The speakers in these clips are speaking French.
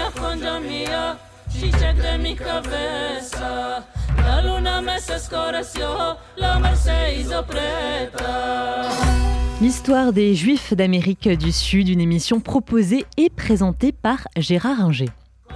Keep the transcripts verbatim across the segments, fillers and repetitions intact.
mia, congia mia, çiçek de mi cabeça. La luna me se escureció, la merced hizo preta. L'histoire des Juifs d'Amérique du Sud, une émission proposée et présentée par Gérard Inger.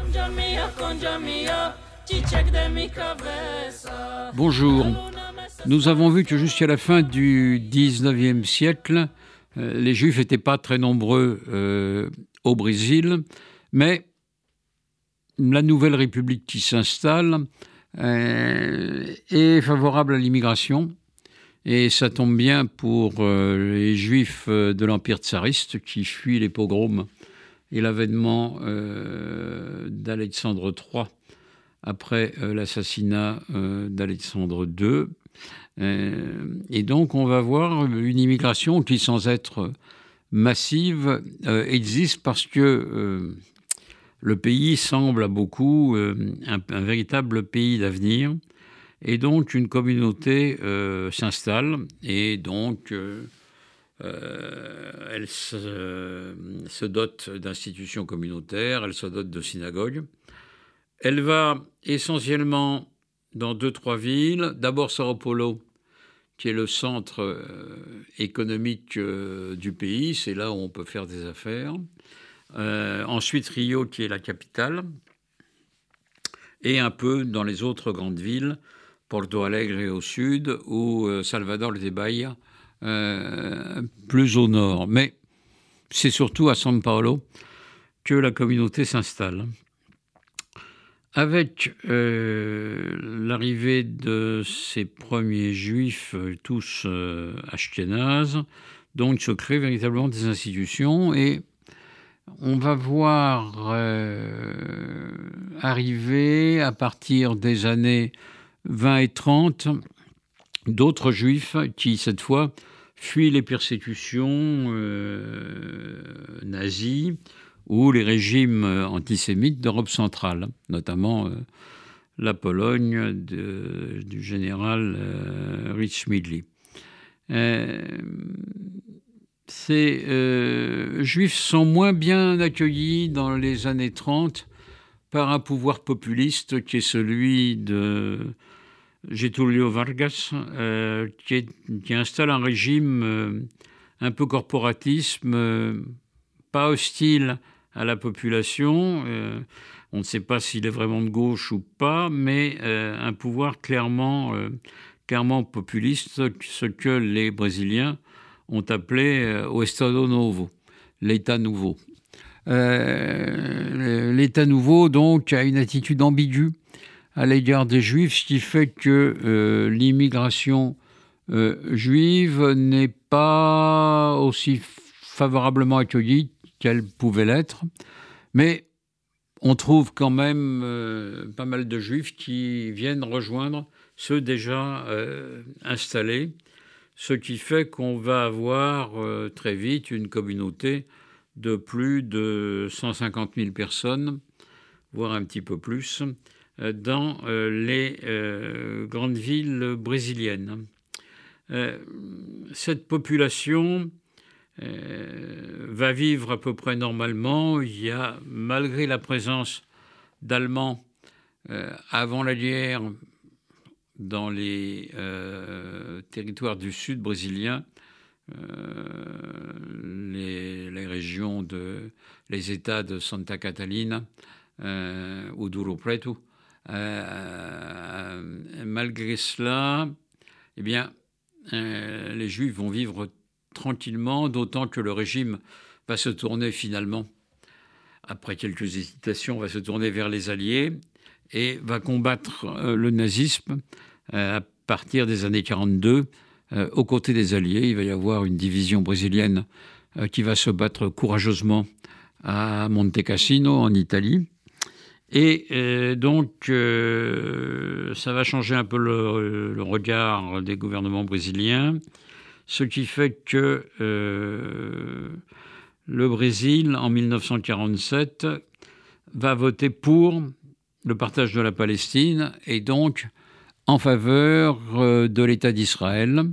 Bonjour. Nous avons vu que jusqu'à la fin du dix-neuvième siècle, euh, les Juifs n'étaient pas très nombreux euh, au Brésil, mais la nouvelle République qui s'installe euh, est favorable à l'immigration. Et ça tombe bien pour euh, les Juifs de l'Empire tsariste qui fuient les pogroms et l'avènement euh, d'Alexandre trois après euh, l'assassinat euh, d'Alexandre deux. Euh, et donc on va voir une immigration qui, sans être massive, euh, existe parce que euh, le pays semble à beaucoup euh, un, un véritable pays d'avenir. Et donc, une communauté euh, s'installe et donc euh, euh, elle se, euh, se dote d'institutions communautaires, elle se dote de synagogues. Elle va essentiellement dans deux, trois villes. D'abord Sao Paulo, qui est le centre euh, économique euh, du pays. C'est là où on peut faire des affaires. Euh, ensuite Rio, qui est la capitale. Et un peu dans les autres grandes villes, Porto Alegre au sud ou euh, Salvador de Bahia euh, plus au nord. Mais c'est surtout à São Paulo que la communauté s'installe. Avec euh, l'arrivée de ces premiers juifs, tous euh, ashkénazes, donc se créent véritablement des institutions et on va voir euh, arriver à partir des années vingt et trente, d'autres juifs qui, cette fois, fuient les persécutions euh, nazies ou les régimes antisémites d'Europe centrale, notamment euh, la Pologne de, du général euh, Richmidli. Euh, ces euh, juifs sont moins bien accueillis dans les années trente par un pouvoir populiste qui est celui de Getúlio Vargas, euh, qui, est, qui installe un régime euh, un peu corporatisme, euh, pas hostile à la population. Euh, on ne sait pas s'il est vraiment de gauche ou pas, mais euh, un pouvoir clairement, euh, clairement populiste, ce que les Brésiliens ont appelé euh, o Estado Novo, l'État nouveau. Euh, L'État nouveau, donc, a une attitude ambiguë à l'égard des Juifs, ce qui fait que euh, l'immigration euh, juive n'est pas aussi favorablement accueillie qu'elle pouvait l'être. Mais on trouve quand même euh, pas mal de Juifs qui viennent rejoindre ceux déjà euh, installés, ce qui fait qu'on va avoir euh, très vite une communauté de plus de cent cinquante mille personnes, voire un petit peu plus, dans euh, les euh, grandes villes brésiliennes. Euh, cette population euh, va vivre à peu près normalement. Il y a, malgré la présence d'Allemands euh, avant la guerre dans les euh, territoires du sud brésilien, euh, les, les régions de les États de Santa Catarina euh, ou d'Ouro Preto, Euh, malgré cela, eh bien, euh, les Juifs vont vivre tranquillement, d'autant que le régime va se tourner finalement, après quelques hésitations, va se tourner vers les Alliés et va combattre euh, le nazisme euh, à partir des années quarante-deux. Euh, aux côtés des Alliés, il va y avoir une division brésilienne euh, qui va se battre courageusement à Monte Cassino, en Italie. Et euh, donc, euh, ça va changer un peu le, le regard des gouvernements brésiliens, ce qui fait que euh, le Brésil, en dix-neuf cent quarante-sept, va voter pour le partage de la Palestine et donc en faveur euh, de l'État d'Israël.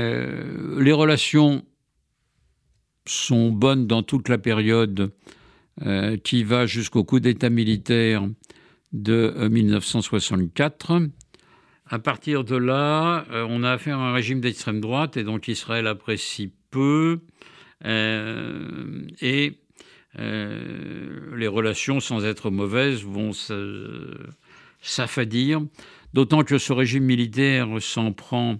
Euh, les relations sont bonnes dans toute la période euh, qui va jusqu'au coup d'État militaire de euh, mille neuf cent soixante-quatre. À partir de là, euh, on a affaire à un régime d'extrême droite, et donc Israël apprécie peu, euh, et euh, les relations, sans être mauvaises, vont s'affadir, d'autant que ce régime militaire s'en prend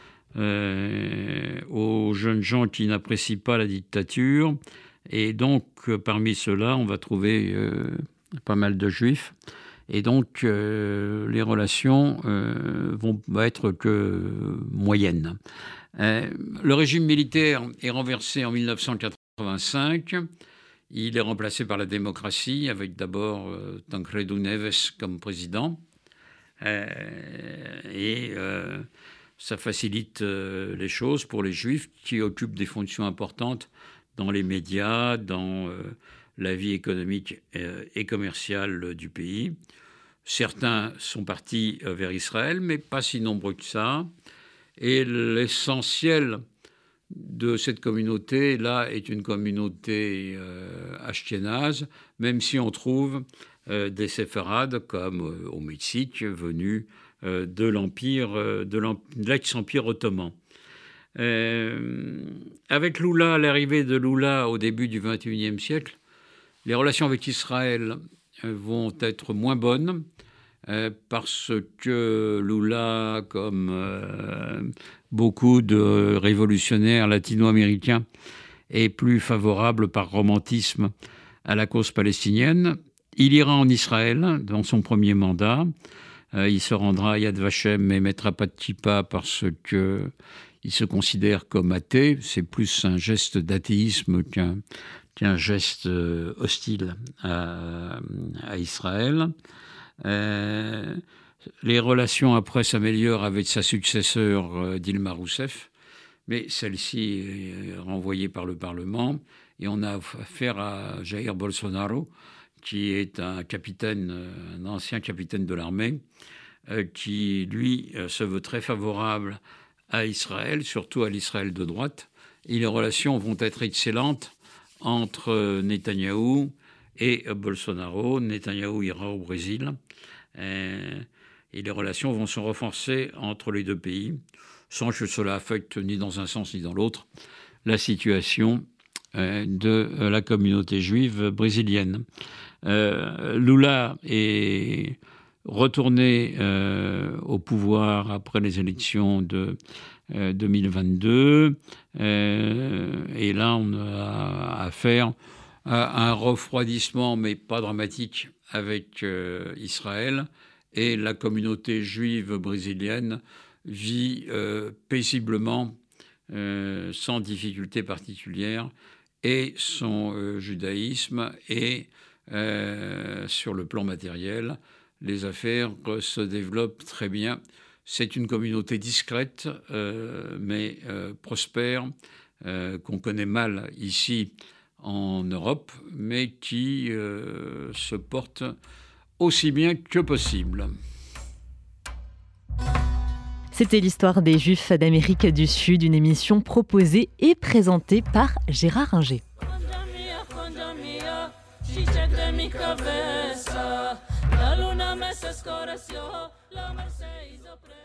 euh, aux jeunes gens qui n'apprécient pas la dictature, et donc euh, parmi ceux-là, on va trouver euh, pas mal de juifs. Et donc, euh, les relations euh, vont être que moyennes. Euh, le régime militaire est renversé en mille neuf cent quatre-vingt-cinq. Il est remplacé par la démocratie, avec d'abord euh, Tancredo Neves comme président. Euh, et euh, ça facilite euh, les choses pour les Juifs qui occupent des fonctions importantes dans les médias, dans euh, la vie économique euh, et commerciale du pays. Certains sont partis vers Israël, mais pas si nombreux que ça. Et l'essentiel de cette communauté-là est une communauté euh, ashkénaze, même si on trouve euh, des séfarades, comme euh, au Mexique, venus euh, de l'empire, euh, de l'ex-empire ottoman. Euh, avec Lula, l'arrivée de Lula au début du vingt et unième siècle, les relations avec Israël vont être moins bonnes euh, parce que Lula, comme euh, beaucoup de révolutionnaires latino-américains, est plus favorable par romantisme à la cause palestinienne. Il ira en Israël dans son premier mandat. Euh, il se rendra à Yad Vashem mais ne mettra pas de kippa parce qu'il se considère comme athée. C'est plus un geste d'athéisme qu'un qu'un geste hostile à, à Israël. Euh, les relations après s'améliorent avec sa successeur Dilma Rousseff, mais celle-ci est renvoyée par le Parlement, et on a affaire à Jair Bolsonaro, qui est un capitaine, un ancien capitaine de l'armée, euh, qui, lui, se veut très favorable à Israël, surtout à l'Israël de droite, et les relations vont être excellentes entre Netanyahou et Bolsonaro. Netanyahou ira au Brésil et les relations vont se renforcer entre les deux pays, sans que cela affecte ni dans un sens ni dans l'autre la situation de la communauté juive brésilienne. Euh, Lula est retourné euh, au pouvoir après les élections de euh, deux mille vingt-deux. Euh, et là, on a affaire à un refroidissement, mais pas dramatique, avec euh, Israël. Et la communauté juive brésilienne vit euh, paisiblement, euh, sans difficulté particulière, et son euh, judaïsme. Et euh, sur le plan matériel, les affaires se développent très bien. C'est une communauté discrète, euh, mais euh, prospère, euh, qu'on connaît mal ici en Europe, mais qui euh, se porte aussi bien que possible. C'était l'histoire des Juifs d'Amérique du Sud, une émission proposée et présentée par Gérard Inger. La luna me se escureció, la merced hizo pre-